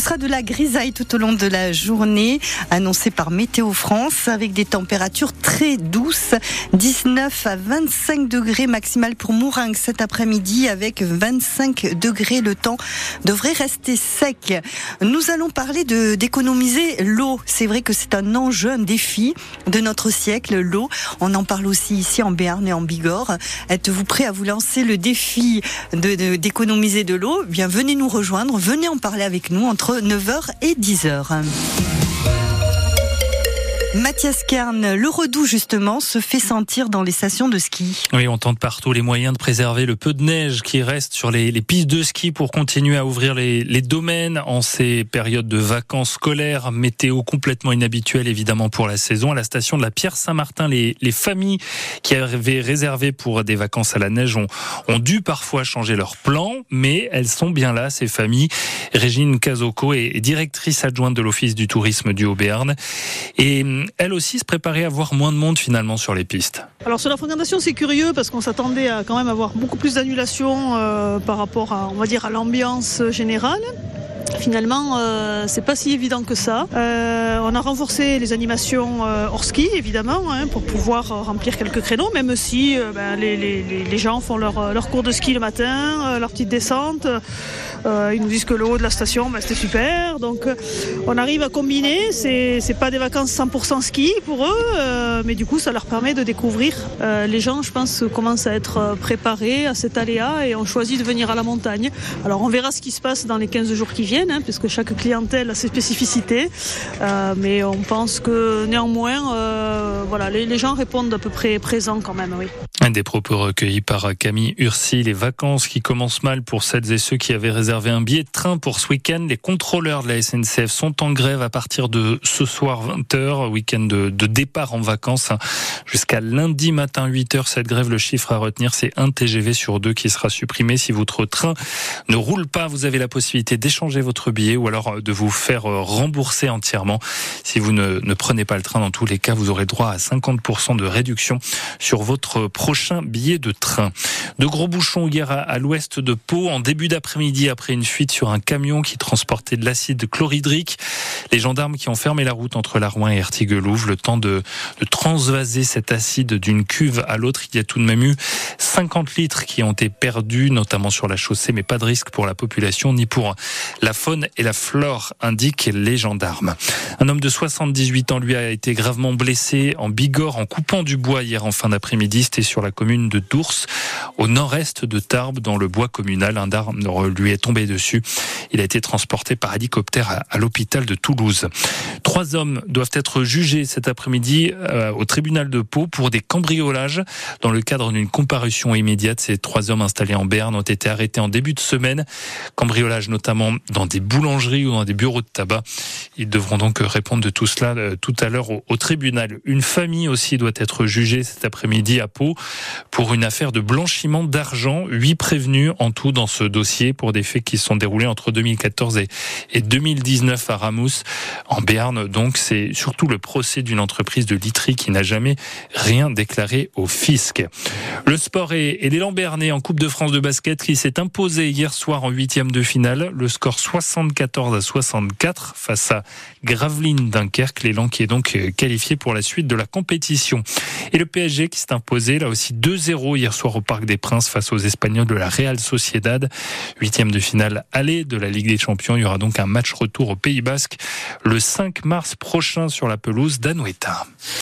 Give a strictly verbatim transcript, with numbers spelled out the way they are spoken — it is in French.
sera de la grisaille tout au long de la journée, annoncée par Météo France, avec des températures très douces, dix-neuf à vingt-cinq degrés maximal pour Mouringue cet après-midi, avec vingt-cinq degrés. Le temps devrait rester sec. Nous allons parler de, d'économiser l'eau. C'est vrai que c'est un enjeu, un défi de notre siècle, l'eau. On en parle aussi ici en Béarn et en Bigorre. Êtes-vous prêt à vous lancer le défi de, de, d'économiser de l'eau ? Bien, venez nous rejoindre, venez en parler avec nous entre neuf heures et dix heures. Mathias Kern, le Redoux justement se fait sentir dans les stations de ski. Oui, on tente partout les moyens de préserver le peu de neige qui reste sur les, les pistes de ski pour continuer à ouvrir les, les domaines en ces périodes de vacances scolaires. Météo complètement inhabituelle évidemment pour la saison. À la station de la Pierre-Saint-Martin, les, les familles qui avaient réservé pour des vacances à la neige ont, ont dû parfois changer leur plan, mais elles sont bien là, ces familles. Régine Cazocco est directrice adjointe de l'Office du tourisme du Haut-Béarn. Et elle aussi se préparait à voir moins de monde finalement sur les pistes. Alors sur la fréquentation, c'est curieux parce qu'on s'attendait à quand même avoir beaucoup plus d'annulations euh, par rapport à, on va dire, à l'ambiance générale. Finalement, euh, c'est pas si évident que ça. Euh, on a renforcé les animations euh, hors ski, évidemment, hein, pour pouvoir euh, remplir quelques créneaux, même si euh, ben, les, les, les gens font leur, leur cours de ski le matin, euh, leur petite descente. Euh, ils nous disent que le haut de la station, ben, c'était super. Donc, euh, on arrive à combiner. C'est, c'est pas des vacances cent pour cent ski pour eux, euh, mais du coup, ça leur permet de découvrir. Euh, les gens, je pense, commencent à être préparés à cet aléa et ont choisi de venir à la montagne. Alors, on verra ce qui se passe dans les quinze jours qui viennent. Hein, puisque chaque clientèle a ses spécificités, euh, mais on pense que néanmoins, euh, voilà, les, les gens répondent à peu près présents quand même, oui. Un des propos recueillis par Camille Ursi, les vacances qui commencent mal pour celles et ceux qui avaient réservé un billet de train pour ce week-end. Les contrôleurs de la S N C F sont en grève à partir de ce soir vingt heures, week-end de, de départ en vacances, jusqu'à lundi matin huit heures. Cette grève, le chiffre à retenir, c'est un T G V sur deux qui sera supprimé. Si votre train ne roule pas, vous avez la possibilité d'échanger votre billet ou alors de vous faire rembourser entièrement. Si vous ne, ne prenez pas le train, dans tous les cas, vous aurez droit à cinquante pour cent de réduction sur votre prochain billet de train. De gros bouchons hier à, à l'ouest de Pau, en début d'après-midi, après une fuite sur un camion qui transportait de l'acide chlorhydrique. Les gendarmes qui ont fermé la route entre Larouin et Ertiguelouve, le temps de, de transvaser cet acide d'une cuve à l'autre. Il y a tout de même eu cinquante litres qui ont été perdus, notamment sur la chaussée, mais pas de risque pour la population ni pour la faune et la flore, indiquent les gendarmes. Un homme de soixante-dix-huit ans, lui, a été gravement blessé en Bigorre en coupant du bois hier en fin d'après-midi. C'était sur la commune de Dours, au nord-est de Tarbes, dans le bois communal. Un arbre lui est tombé dessus. Il a été transporté par hélicoptère à, à l'hôpital de Toulouse. Trois hommes doivent être jugés cet après-midi euh, au tribunal de Pau pour des cambriolages. Dans le cadre d'une comparution immédiate, ces trois hommes installés en Béarn ont été arrêtés en début de semaine. Cambriolage notamment dans des boulangeries ou dans des bureaux de tabac. Ils devront donc répondre de tout cela euh, tout à l'heure au, au tribunal. Une famille aussi doit être jugée cet après-midi à Pau pour une affaire de blanchiment d'argent. Huit prévenus en tout dans ce dossier pour des faits qui se sont déroulés entre deux mille quatorze et, et deux mille dix-neuf à Ramous, en Béarn. Donc c'est surtout le procès d'une entreprise de literie qui n'a jamais rien déclaré au fisc. Le sport et, et l'élan béarnais en Coupe de France de basket qui s'est imposé hier soir en huitième de finale. Le score soixante-quatorze à soixante-quatre face à Gravelines Dunkerque. L'élan qui est donc qualifié pour la suite de la compétition. Et le P S G qui s'est imposé là aussi deux zéro hier soir au Parc des Princes face aux Espagnols de la Real Sociedad. Huitième de finale aller de la Ligue des Champions. Il y aura donc un match retour au Pays Basque le cinq mars prochain sur la pelouse d'Anoeta.